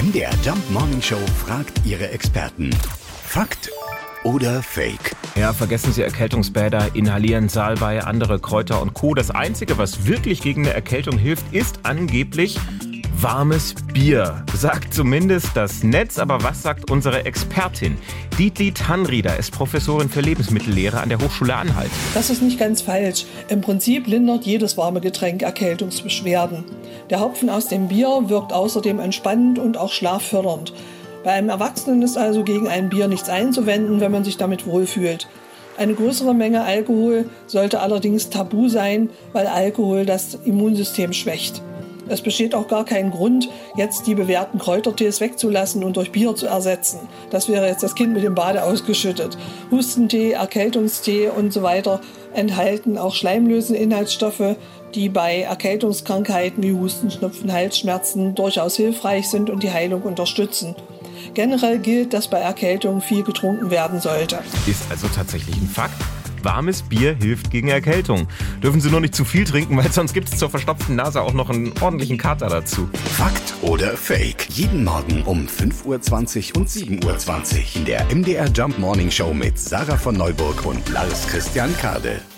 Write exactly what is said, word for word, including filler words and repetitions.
M D R Jump Morning Show fragt ihre Experten. Fakt oder Fake? Ja, vergessen Sie Erkältungsbäder, inhalieren Salbei, andere Kräuter und Co. Das Einzige, was wirklich gegen eine Erkältung hilft, ist angeblich warmes Bier. Sagt zumindest das Netz, aber was sagt unsere Expertin? Dietli Tanrieder ist Professorin für Lebensmittellehre an der Hochschule Anhalt. Das ist nicht ganz falsch. Im Prinzip lindert jedes warme Getränk Erkältungsbeschwerden. Der Hopfen aus dem Bier wirkt außerdem entspannend und auch schlaffördernd. Bei einem Erwachsenen ist also gegen ein Bier nichts einzuwenden, wenn man sich damit wohlfühlt. Eine größere Menge Alkohol sollte allerdings tabu sein, weil Alkohol das Immunsystem schwächt. Es besteht auch gar kein Grund, jetzt die bewährten Kräutertees wegzulassen und durch Bier zu ersetzen. Das wäre jetzt das Kind mit dem Bade ausgeschüttet. Hustentee, Erkältungstee und so weiter enthalten auch schleimlösende Inhaltsstoffe, die bei Erkältungskrankheiten wie Husten, Schnupfen, Halsschmerzen durchaus hilfreich sind und die Heilung unterstützen. Generell gilt, dass bei Erkältung viel getrunken werden sollte. Ist also tatsächlich ein Fakt. Warmes Bier hilft gegen Erkältung. Dürfen Sie nur nicht zu viel trinken, weil sonst gibt es zur verstopften Nase auch noch einen ordentlichen Kater dazu. Fakt oder Fake? Jeden Morgen um fünf Uhr zwanzig und sieben Uhr zwanzig in der M D R Jump Morning Show mit Sarah von Neuburg und Lars Christian Kade.